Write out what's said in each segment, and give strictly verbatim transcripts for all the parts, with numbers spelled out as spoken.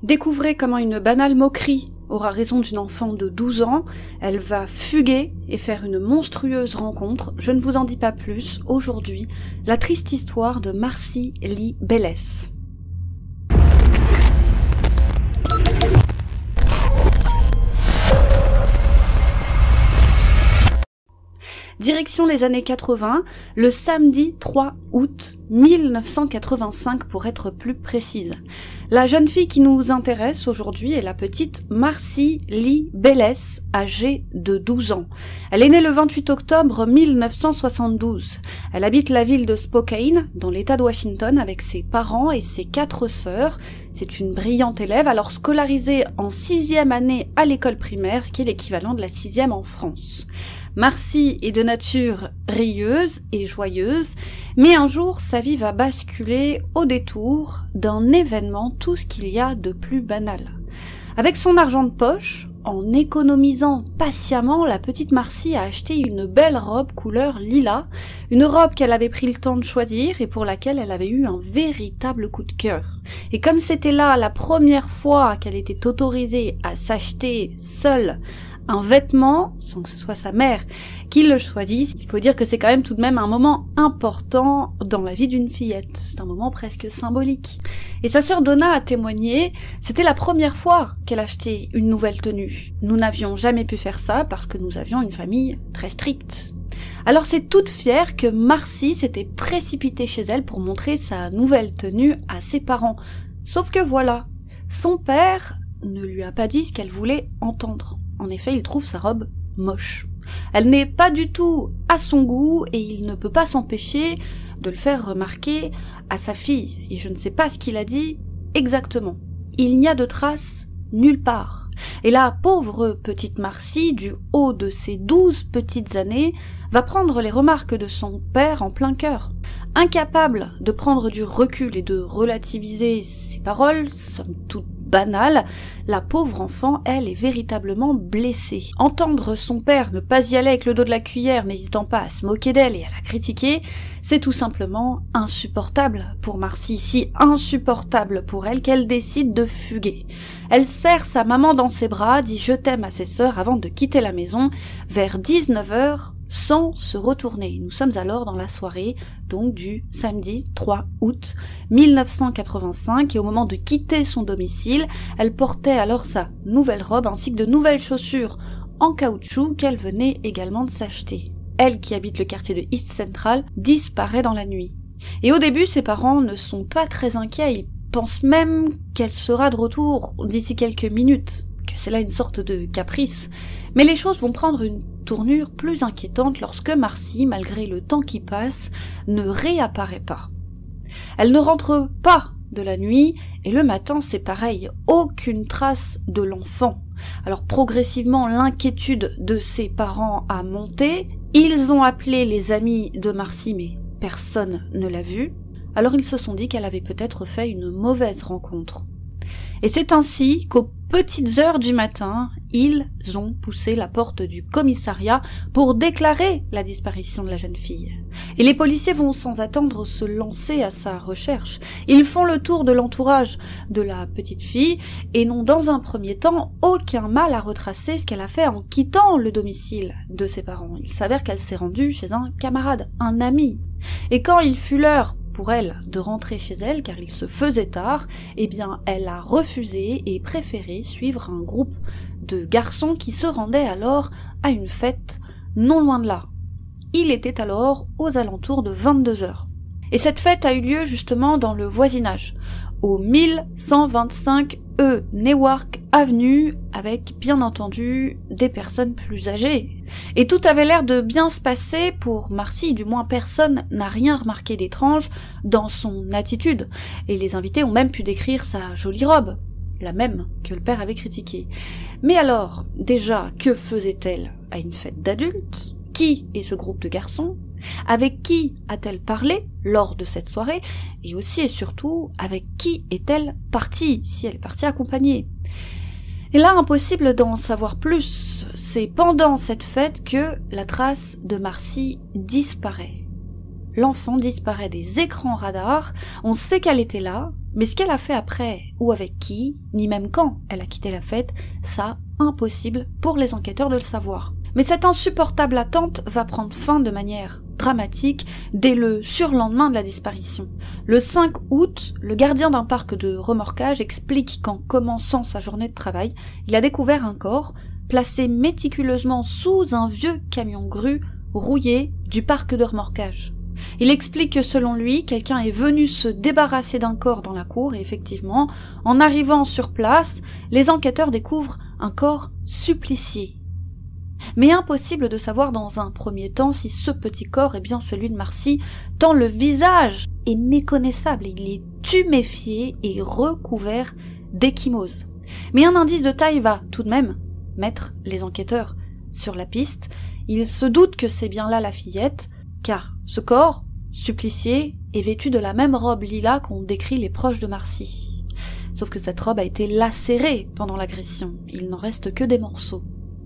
Découvrez comment une banale moquerie aura raison d'une enfant de douze ans, elle va fuguer et faire une monstrueuse rencontre. Je ne vous en dis pas plus. Aujourd'hui, la triste histoire de Marcie Lee Belles. Direction les années quatre-vingts, le samedi trois août mille neuf cent quatre-vingt-cinq pour être plus précise. La jeune fille qui nous intéresse aujourd'hui est la petite Marcie Lee Belles, âgée de douze ans. Elle est née le vingt-huit octobre mille neuf cent soixante-douze. Elle habite la ville de Spokane, dans l'état de Washington, avec ses parents et ses quatre sœurs. C'est une brillante élève, alors scolarisée en sixième année à l'école primaire, ce qui est l'équivalent de la sixième en France. Marcie est de nature rieuse et joyeuse, mais un jour sa vie va basculer au détour d'un événement, tout ce qu'il y a de plus banal. Avec son argent de poche, en économisant patiemment, la petite Marcie a acheté une belle robe couleur lilas, une robe qu'elle avait pris le temps de choisir et pour laquelle elle avait eu un véritable coup de cœur. Et comme c'était là la première fois qu'elle était autorisée à s'acheter seule un vêtement, sans que ce soit sa mère qui le choisisse, il faut dire que c'est quand même tout de même un moment important dans la vie d'une fillette. C'est un moment presque symbolique. Et sa sœur Donna a témoigné, c'était la première fois qu'elle achetait une nouvelle tenue. Nous n'avions jamais pu faire ça parce que nous avions une famille très stricte. Alors c'est toute fière que Marcie s'était précipitée chez elle pour montrer sa nouvelle tenue à ses parents. Sauf que voilà, son père ne lui a pas dit ce qu'elle voulait entendre. En effet, il trouve sa robe moche. Elle n'est pas du tout à son goût et il ne peut pas s'empêcher de le faire remarquer à sa fille. Et je ne sais pas ce qu'il a dit exactement. Il n'y a de traces nulle part. Et la pauvre petite Marcie, du haut de ses douze petites années, va prendre les remarques de son père en plein cœur. Incapable de prendre du recul et de relativiser ses paroles, somme toute banale, la pauvre enfant, elle, est véritablement blessée. Entendre son père ne pas y aller avec le dos de la cuillère, n'hésitant pas à se moquer d'elle et à la critiquer, c'est tout simplement insupportable pour Marcie, si insupportable pour elle qu'elle décide de fuguer. Elle serre sa maman dans ses bras, dit « je t'aime » à ses sœurs avant de quitter la maison vers dix-neuf heures, sans se retourner. Nous sommes alors dans la soirée, donc du samedi trois août mille neuf cent quatre-vingt-cinq, et au moment de quitter son domicile, elle portait alors sa nouvelle robe ainsi que de nouvelles chaussures en caoutchouc qu'elle venait également de s'acheter. Elle, qui habite le quartier de East Central, disparaît dans la nuit. Et au début, ses parents ne sont pas très inquiets, ils pensent même qu'elle sera de retour d'ici quelques minutes, que c'est là une sorte de caprice. Mais les choses vont prendre une tournure plus inquiétante lorsque Marcie, malgré le temps qui passe, ne réapparaît pas. Elle ne rentre pas de la nuit, et le matin c'est pareil, aucune trace de l'enfant. Alors progressivement l'inquiétude de ses parents a monté, ils ont appelé les amis de Marcie mais personne ne l'a vue, alors ils se sont dit qu'elle avait peut-être fait une mauvaise rencontre. Et c'est ainsi qu'aux petites heures du matin, ils ont poussé la porte du commissariat pour déclarer la disparition de la jeune fille. Et les policiers vont sans attendre se lancer à sa recherche. Ils font le tour de l'entourage de la petite fille et n'ont dans un premier temps aucun mal à retracer ce qu'elle a fait en quittant le domicile de ses parents. Il s'avère qu'elle s'est rendue chez un camarade, un ami. Et quand il fut l'heure pour elle de rentrer chez elle, car il se faisait tard, eh bien elle a refusé et préféré suivre un groupe de garçons qui se rendaient alors à une fête non loin de là. Il était alors aux alentours de vingt-deux heures. Et cette fête a eu lieu justement dans le voisinage, au mille cent vingt-cinq E Newark Avenue, avec bien entendu des personnes plus âgées. Et tout avait l'air de bien se passer pour Marcie, du moins personne n'a rien remarqué d'étrange dans son attitude, et les invités ont même pu décrire sa jolie robe, la même que le père avait critiquée. Mais alors, déjà, que faisait-elle à une fête d'adultes ? Qui est ce groupe de garçons ? Avec qui a-t-elle parlé lors de cette soirée? Et aussi et surtout, avec qui est-elle partie, si elle est partie accompagnée? Et là, impossible d'en savoir plus. C'est pendant cette fête que la trace de Marcie disparaît. l'enfant disparaît des écrans radars, on sait qu'elle était là, mais ce qu'elle a fait après, ou avec qui, ni même quand elle a quitté la fête, ça, impossible pour les enquêteurs de le savoir. Mais cette insupportable attente va prendre fin de manière dramatique dès le surlendemain de la disparition. Le cinq août, le gardien d'un parc de remorquage explique qu'en commençant sa journée de travail, il a découvert un corps placé méticuleusement sous un vieux camion grue rouillé du parc de remorquage. Il explique que selon lui, quelqu'un est venu se débarrasser d'un corps dans la cour et effectivement, en arrivant sur place, les enquêteurs découvrent un corps supplicié. Mais impossible de savoir dans un premier temps si ce petit corps est bien celui de Marcy, tant le visage est méconnaissable, il est tuméfié et recouvert d'ecchymose. Mais un indice de taille va tout de même mettre les enquêteurs sur la piste. Ils se doutent que c'est bien là la fillette, car ce corps, supplicié, est vêtu de la même robe lilas qu'ont décrit les proches de Marcy. Sauf que cette robe a été lacérée pendant l'agression, il n'en reste que des morceaux.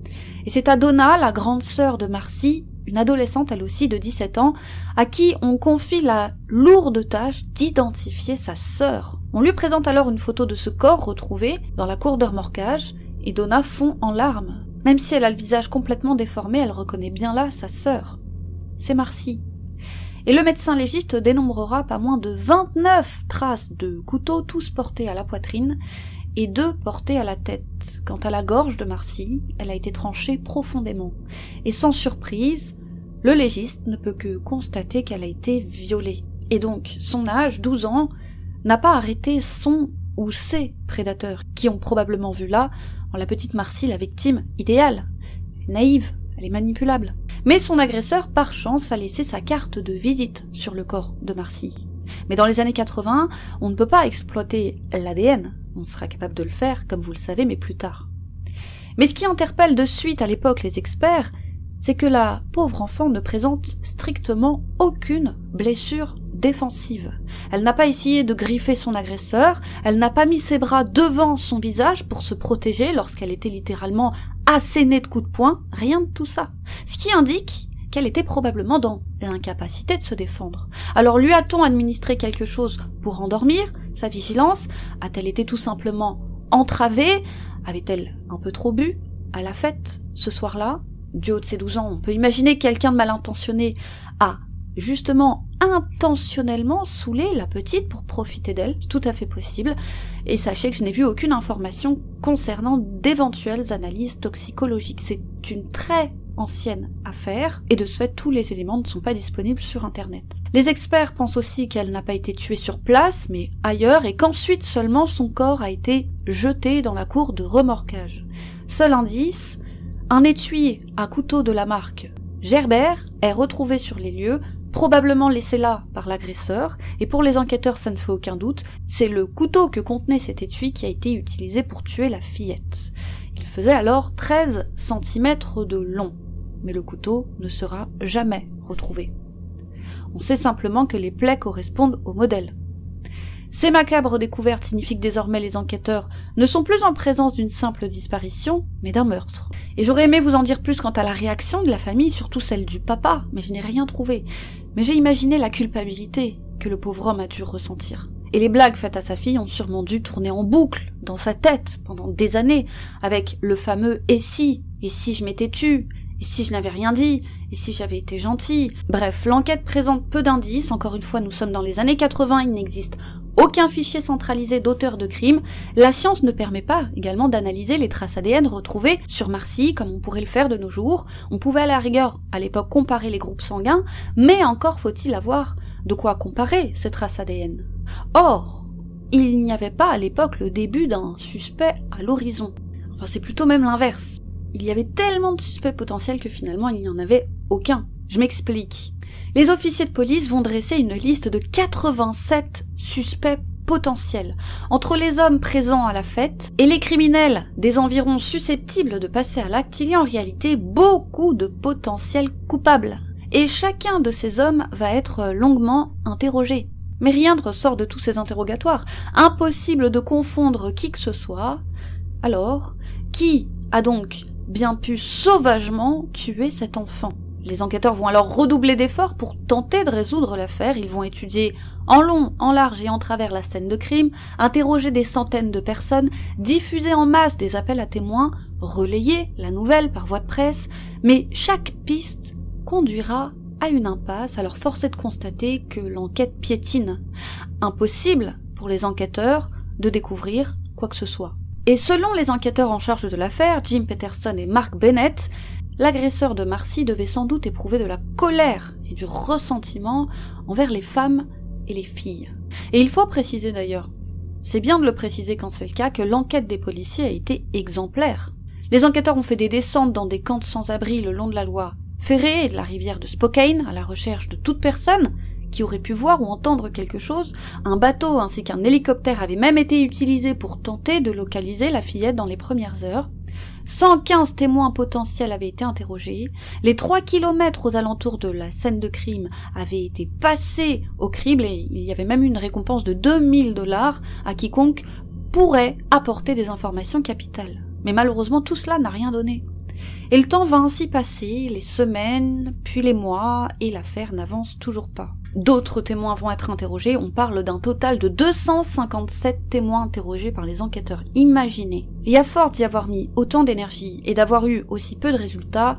Et c'est à Donna, la grande sœur de Marcy, une adolescente elle aussi de dix-sept ans, à qui on confie la lourde tâche d'identifier sa sœur. On lui présente alors une photo de ce corps retrouvé dans la cour de remorquage, et Donna fond en larmes. Même si elle a le visage complètement déformé, elle reconnaît bien là sa sœur. C'est Marcy. Et le médecin légiste dénombrera pas moins de vingt-neuf traces de couteaux, tous portés à la poitrine, et deux portés à la tête. Quant à la gorge de Marcy, elle a été tranchée profondément. Et sans surprise, le légiste ne peut que constater qu'elle a été violée. Et donc, son âge, douze ans, n'a pas arrêté son ou ses prédateurs, qui ont probablement vu là, en la petite Marcy, la victime idéale. Elle est naïve, elle est manipulable. Mais son agresseur, par chance, a laissé sa carte de visite sur le corps de Marcy. Mais dans les années quatre-vingts, on ne peut pas exploiter l'A D N. On sera capable de le faire, comme vous le savez, mais plus tard. Mais ce qui interpelle de suite à l'époque les experts, c'est que la pauvre enfant ne présente strictement aucune blessure défensive. Elle n'a pas essayé de griffer son agresseur, elle n'a pas mis ses bras devant son visage pour se protéger lorsqu'elle était littéralement assénée de coups de poing, rien de tout ça. Ce qui indique qu'elle était probablement dans l'incapacité de se défendre. Alors lui a-t-on administré quelque chose pour endormir sa vigilance? A-t-elle été tout simplement entravée? Avait-elle un peu trop bu à la fête ce soir-là? Du haut de ses douze ans, on peut imaginer que quelqu'un de mal intentionné a justement intentionnellement saoulé la petite pour profiter d'elle, tout à fait possible, et sachez que je n'ai vu aucune information concernant d'éventuelles analyses toxicologiques. C'est une très ancienne affaire, et de ce fait tous les éléments ne sont pas disponibles sur internet. Les experts pensent aussi qu'elle n'a pas été tuée sur place, mais ailleurs, et qu'ensuite seulement son corps a été jeté dans la cour de remorquage. Seul indice, un étui à couteau de la marque Gerber est retrouvé sur les lieux, probablement laissé là par l'agresseur, et pour les enquêteurs ça ne fait aucun doute, c'est le couteau que contenait cet étui qui a été utilisé pour tuer la fillette. Il faisait alors treize centimètres de long, mais le couteau ne sera jamais retrouvé. On sait simplement que les plaies correspondent au modèle. Ces macabres découvertes signifient que désormais les enquêteurs ne sont plus en présence d'une simple disparition, mais d'un meurtre. Et j'aurais aimé vous en dire plus quant à la réaction de la famille, surtout celle du papa, mais je n'ai rien trouvé. Mais j'ai imaginé la culpabilité que le pauvre homme a dû ressentir. Et les blagues faites à sa fille ont sûrement dû tourner en boucle dans sa tête pendant des années, avec le fameux « et si ?» et si je m'étais tue, et si je n'avais rien dit, et si j'avais été gentille. Bref, l'enquête présente peu d'indices, encore une fois nous sommes dans les années quatre-vingts, il n'existe aucun fichier centralisé d'auteur de crime. La science ne permet pas également d'analyser les traces A D N retrouvées sur Marcy comme on pourrait le faire de nos jours. On pouvait à la rigueur à l'époque comparer les groupes sanguins, mais encore faut-il avoir de quoi comparer ces traces A D N. Or, il n'y avait pas à l'époque le début d'un suspect à l'horizon. Enfin, c'est plutôt même l'inverse. Il y avait tellement de suspects potentiels que finalement il n'y en avait aucun. Je m'explique. Les officiers de police vont dresser une liste de quatre-vingt-sept suspects potentiels, entre les hommes présents à la fête et les criminels des environs susceptibles de passer à l'acte. Il y a en réalité beaucoup de potentiels coupables. Et chacun de ces hommes va être longuement interrogé. Mais rien ne ressort de tous ces interrogatoires. Impossible de confondre qui que ce soit. Alors, qui a donc bien pu sauvagement tuer cet enfant? Les enquêteurs vont alors redoubler d'efforts pour tenter de résoudre l'affaire. Ils vont étudier en long, en large et en travers la scène de crime, interroger des centaines de personnes, diffuser en masse des appels à témoins, relayer la nouvelle par voie de presse, mais chaque piste conduira à une impasse. Alors force est de constater que l'enquête piétine. Impossible pour les enquêteurs de découvrir quoi que ce soit. Et selon les enquêteurs en charge de l'affaire, Jim Peterson et Mark Bennett, l'agresseur de Marcy devait sans doute éprouver de la colère et du ressentiment envers les femmes et les filles. Et il faut préciser d'ailleurs, c'est bien de le préciser quand c'est le cas, que l'enquête des policiers a été exemplaire. Les enquêteurs ont fait des descentes dans des camps de sans-abri le long de la Loire ferrée et de la rivière de Spokane à la recherche de toute personne qui aurait pu voir ou entendre quelque chose. Un bateau ainsi qu'un hélicoptère avaient même été utilisés pour tenter de localiser la fillette dans les premières heures. cent quinze témoins potentiels avaient été interrogés. Les trois kilomètres aux alentours de la scène de crime avaient été passés au crible et il y avait même une récompense de deux mille dollars à quiconque pourrait apporter des informations capitales. Mais malheureusement, tout cela n'a rien donné. Et le temps va ainsi passer, les semaines, puis les mois, et l'affaire n'avance toujours pas. D'autres témoins vont être interrogés, on parle d'un total de deux cent cinquante-sept témoins interrogés par les enquêteurs. Imaginez. Et à force d'y avoir mis autant d'énergie et d'avoir eu aussi peu de résultats,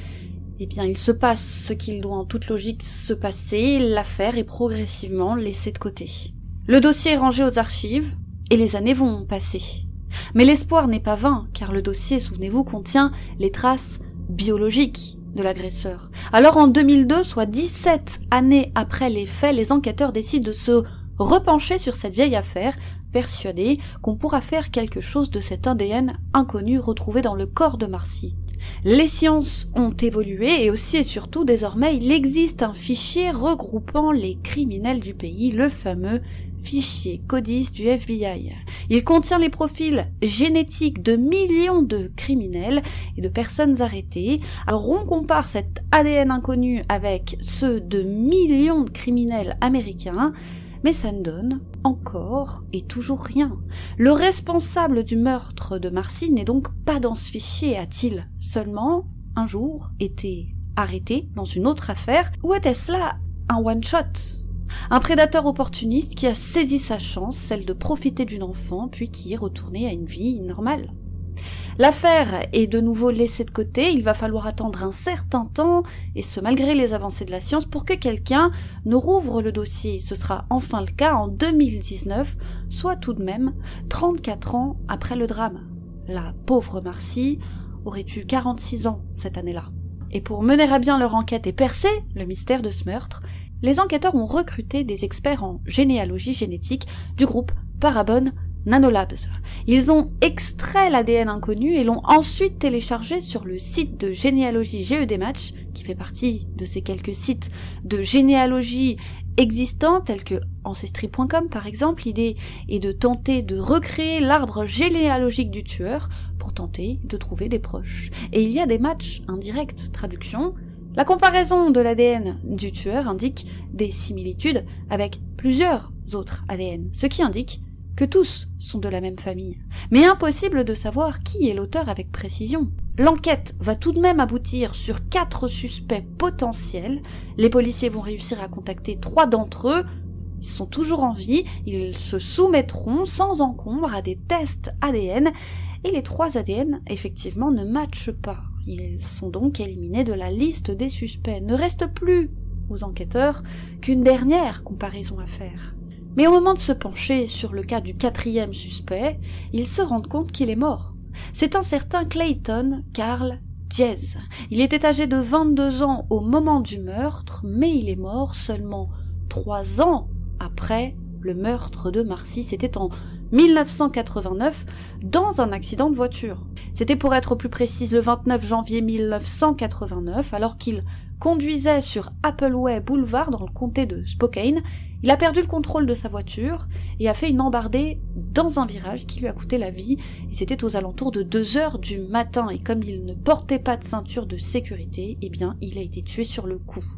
eh bien il se passe ce qu'il doit en toute logique se passer, l'affaire est progressivement laissée de côté. Le dossier est rangé aux archives, et les années vont passer. Mais l'espoir n'est pas vain, car le dossier, souvenez-vous, contient les traces biologiques de l'agresseur. Alors en deux mille deux, soit dix-sept années après les faits, les enquêteurs décident de se repencher sur cette vieille affaire, persuadés qu'on pourra faire quelque chose de cet A D N inconnu retrouvé dans le corps de Marcy. Les sciences ont évolué et aussi et surtout désormais il existe un fichier regroupant les criminels du pays, le fameux fichier CODIS du F B I. Il contient les profils génétiques de millions de criminels et de personnes arrêtées. Alors on compare cet A D N inconnu avec ceux de millions de criminels américains, mais ça ne donne encore et toujours rien. Le responsable du meurtre de Marcy n'est donc pas dans ce fichier, a-t-il seulement, un jour, été arrêté dans une autre affaire, ou était-ce là un one-shot ? Un prédateur opportuniste qui a saisi sa chance, celle de profiter d'une enfant, puis qui est retourné à une vie normale. L'affaire est de nouveau laissée de côté, il va falloir attendre un certain temps, et ce malgré les avancées de la science, pour que quelqu'un ne rouvre le dossier. Ce sera enfin le cas en deux mille dix-neuf, soit tout de même trente-quatre ans après le drame. La pauvre Marcy aurait eu quarante-six ans cette année-là. Et pour mener à bien leur enquête et percer le mystère de ce meurtre, les enquêteurs ont recruté des experts en généalogie génétique du groupe Parabon Nanolabs. Ils ont extrait l'A D N inconnu et l'ont ensuite téléchargé sur le site de généalogie G E D Match, qui fait partie de ces quelques sites de généalogie existants, tels que Ancestry point com par exemple. L'idée est de tenter de recréer l'arbre généalogique du tueur pour tenter de trouver des proches. Et il y a des matchs indirects, traduction. La comparaison de l'A D N du tueur indique des similitudes avec plusieurs autres A D N, ce qui indique que tous sont de la même famille. Mais impossible de savoir qui est l'auteur avec précision. L'enquête va tout de même aboutir sur quatre suspects potentiels. Les policiers vont réussir à contacter trois d'entre eux. Ils sont toujours en vie, ils se soumettront sans encombre à des tests A D N, et les trois A D N, effectivement, ne matchent pas. Ils sont donc éliminés de la liste des suspects. Ne reste plus aux enquêteurs qu'une dernière comparaison à faire. Mais au moment de se pencher sur le cas du quatrième suspect, ils se rendent compte qu'il est mort. C'est un certain Clayton Carl Diaz. Il était âgé de vingt-deux ans au moment du meurtre, mais il est mort seulement trois ans après le meurtre de Marcy. C'était en mille neuf cent quatre-vingt-neuf, dans un accident de voiture. C'était pour être plus précise le vingt-neuf janvier mille neuf cent quatre-vingt-neuf, alors qu'il conduisait sur Appleway Boulevard dans le comté de Spokane. Il a perdu le contrôle de sa voiture et a fait une embardée dans un virage qui lui a coûté la vie, et c'était aux alentours de deux heures du matin, et comme il ne portait pas de ceinture de sécurité, eh bien il a été tué sur le coup.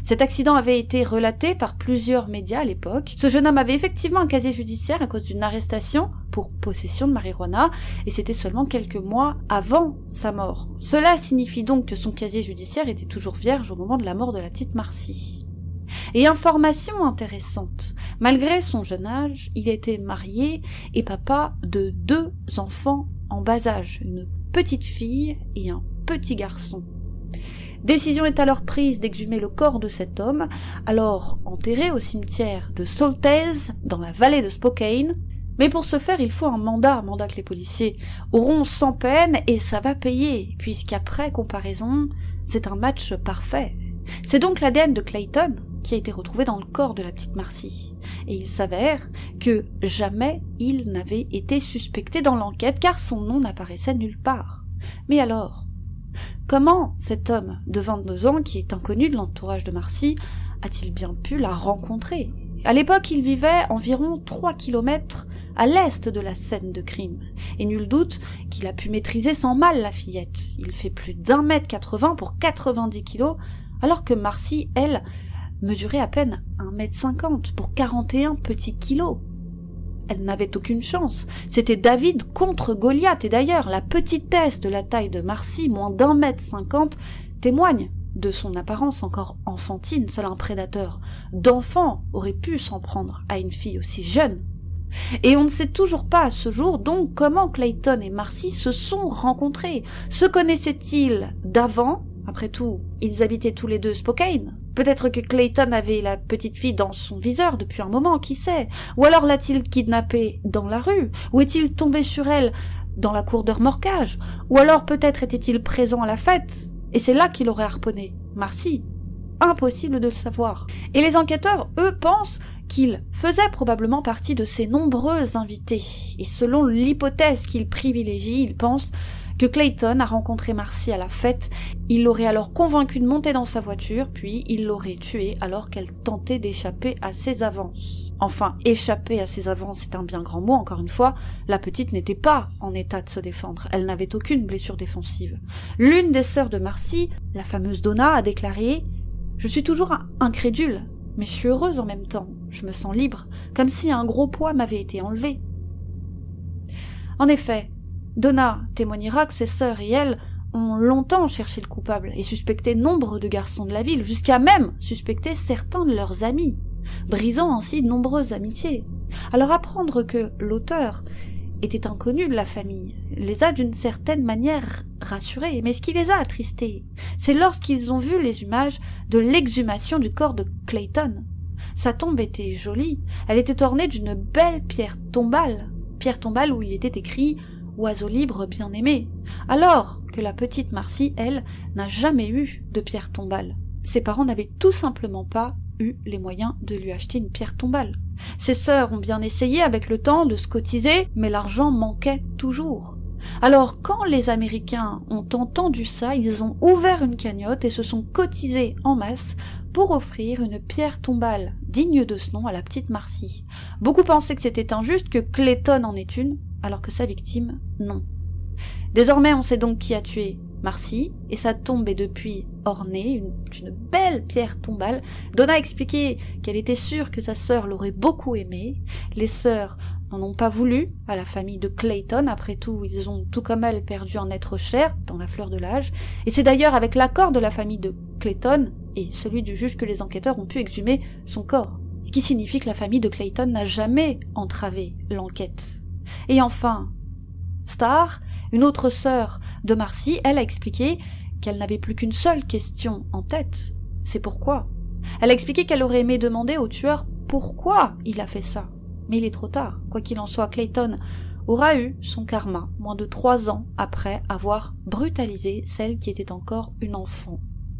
Cet accident avait été relaté par plusieurs médias à l'époque. Ce jeune homme avait effectivement un casier judiciaire à cause d'une arrestation pour possession de marijuana, et c'était seulement quelques mois avant sa mort. Cela signifie donc que son casier judiciaire était toujours vierge au moment de la mort de la petite Marcy. Et information intéressante, malgré son jeune âge, il était marié et papa de deux enfants en bas âge, une petite fille et un petit garçon. Décision est alors prise d'exhumer le corps de cet homme, alors enterré au cimetière de Saltaise, dans la vallée de Spokane. Mais pour ce faire, il faut un mandat, un mandat que les policiers auront sans peine, et ça va payer, puisqu'après comparaison, c'est un match parfait. C'est donc l'A D N de Clayton qui a été retrouvé dans le corps de la petite Marcy. Et il s'avère que jamais il n'avait été suspecté dans l'enquête, car son nom n'apparaissait nulle part. Mais alors, comment cet homme de vingt-deux ans, qui est inconnu de l'entourage de Marcy, a-t-il bien pu la rencontrer? À l'époque, il vivait environ trois kilomètres à l'est de la scène de crime, et nul doute qu'il a pu maîtriser sans mal la fillette. Il fait plus d'un mètre quatre-vingts pour quatre-vingt-dix kilos, alors que Marcy, elle, mesurait à peine un mètre cinquante pour quarante et un petits kilos. Elle n'avait aucune chance. C'était David contre Goliath, et d'ailleurs, la petitesse de la taille de Marcy, moins d'un mètre cinquante, témoigne de son apparence encore enfantine. Seul un prédateur d'enfant aurait pu s'en prendre à une fille aussi jeune. Et on ne sait toujours pas à ce jour donc comment Clayton et Marcy se sont rencontrés. Se connaissaient-ils d'avant? Après tout, ils habitaient tous les deux Spokane. Peut-être que Clayton avait la petite fille dans son viseur depuis un moment, qui sait? Ou alors l'a-t-il kidnappée dans la rue? Ou est-il tombé sur elle dans la cour de remorquage? Ou alors peut-être était-il présent à la fête? Et c'est là qu'il aurait harponné Marcy. Impossible de le savoir. Et les enquêteurs, eux, pensent qu'il faisait probablement partie de ces nombreux invités. Et selon l'hypothèse qu'ils privilégient, ils pensent que Clayton a rencontré Marcy à la fête. Il l'aurait alors convaincu de monter dans sa voiture, puis il l'aurait tuée alors qu'elle tentait d'échapper à ses avances. Enfin, échapper à ses avances, c'est un bien grand mot, encore une fois. La petite n'était pas en état de se défendre. Elle n'avait aucune blessure défensive. L'une des sœurs de Marcy, la fameuse Donna, a déclaré « Je suis toujours incrédule, mais je suis heureuse en même temps. Je me sens libre, comme si un gros poids m'avait été enlevé. » En effet, Donna témoignera que ses sœurs et elle ont longtemps cherché le coupable et suspecté nombre de garçons de la ville, jusqu'à même suspecter certains de leurs amis, brisant ainsi de nombreuses amitiés. Alors apprendre que l'auteur était inconnu de la famille les a d'une certaine manière rassurés, mais ce qui les a attristés, c'est lorsqu'ils ont vu les images de l'exhumation du corps de Clayton. Sa tombe était jolie, elle était ornée d'une belle pierre tombale, pierre tombale où il était écrit « Oiseau libre bien-aimé », alors que la petite Marcy, elle, n'a jamais eu de pierre tombale. Ses parents n'avaient tout simplement pas eu les moyens de lui acheter une pierre tombale. Ses sœurs ont bien essayé avec le temps de se cotiser, mais l'argent manquait toujours. Alors quand les Américains ont entendu ça, ils ont ouvert une cagnotte et se sont cotisés en masse pour offrir une pierre tombale digne de ce nom à la petite Marcy. Beaucoup pensaient que c'était injuste, que Clayton en ait une, alors que sa victime, non. Désormais, on sait donc qui a tué Marcy, et sa tombe est depuis ornée d'une belle pierre tombale. Donna a expliqué qu'elle était sûre que sa sœur l'aurait beaucoup aimée. Les sœurs n'en ont pas voulu à la famille de Clayton. Après tout, ils ont, tout comme elle, perdu un être cher dans la fleur de l'âge. Et c'est d'ailleurs avec l'accord de la famille de Clayton et celui du juge que les enquêteurs ont pu exhumer son corps. Ce qui signifie que la famille de Clayton n'a jamais entravé l'enquête. Et enfin, Star, une autre sœur de Marcy, elle a expliqué qu'elle n'avait plus qu'une seule question en tête. C'est pourquoi. Elle a expliqué qu'elle aurait aimé demander au tueur pourquoi il a fait ça. Mais il est trop tard. Quoi qu'il en soit, Clayton aura eu son karma moins de trois ans après avoir brutalisé celle qui était encore une enfant.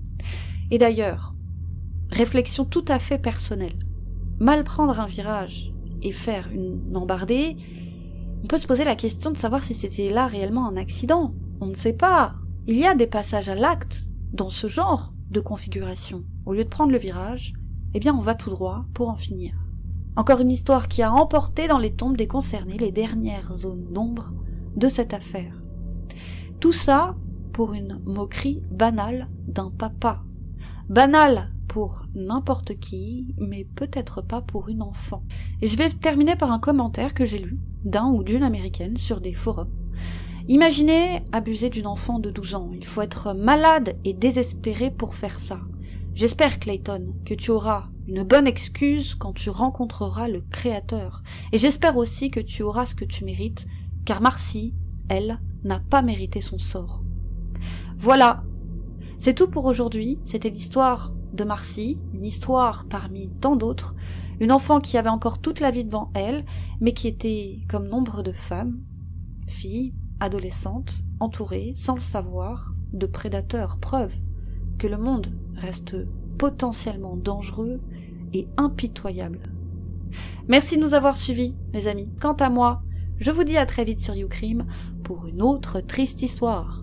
Et d'ailleurs, réflexion tout à fait personnelle. Mal prendre un virage et faire une embardée, on peut se poser la question de savoir si c'était là réellement un accident. On ne sait pas. Il y a des passages à l'acte dans ce genre de configuration. Au lieu de prendre le virage, eh bien on va tout droit pour en finir. Encore une histoire qui a emporté dans les tombes des concernés les dernières zones d'ombre de cette affaire. Tout ça pour une moquerie banale d'un papa. Banale pour n'importe qui, mais peut-être pas pour une enfant. Et je vais terminer par un commentaire que j'ai lu d'un ou d'une américaine sur des forums. Imaginez abuser d'une enfant de douze ans. Il faut être malade et désespéré pour faire ça. J'espère, Clayton, que tu auras une bonne excuse quand tu rencontreras le Créateur. Et j'espère aussi que tu auras ce que tu mérites, car Marcy, elle, n'a pas mérité son sort. Voilà, c'est tout pour aujourd'hui. C'était l'histoire de Marcy, une histoire parmi tant d'autres, une enfant qui avait encore toute la vie devant elle, mais qui était, comme nombre de femmes, filles, adolescentes, entourées, sans le savoir, de prédateurs. Preuve que le monde reste potentiellement dangereux et impitoyable. Merci de nous avoir suivis, les amis. Quant à moi, je vous dis à très vite sur YouCrime pour une autre triste histoire.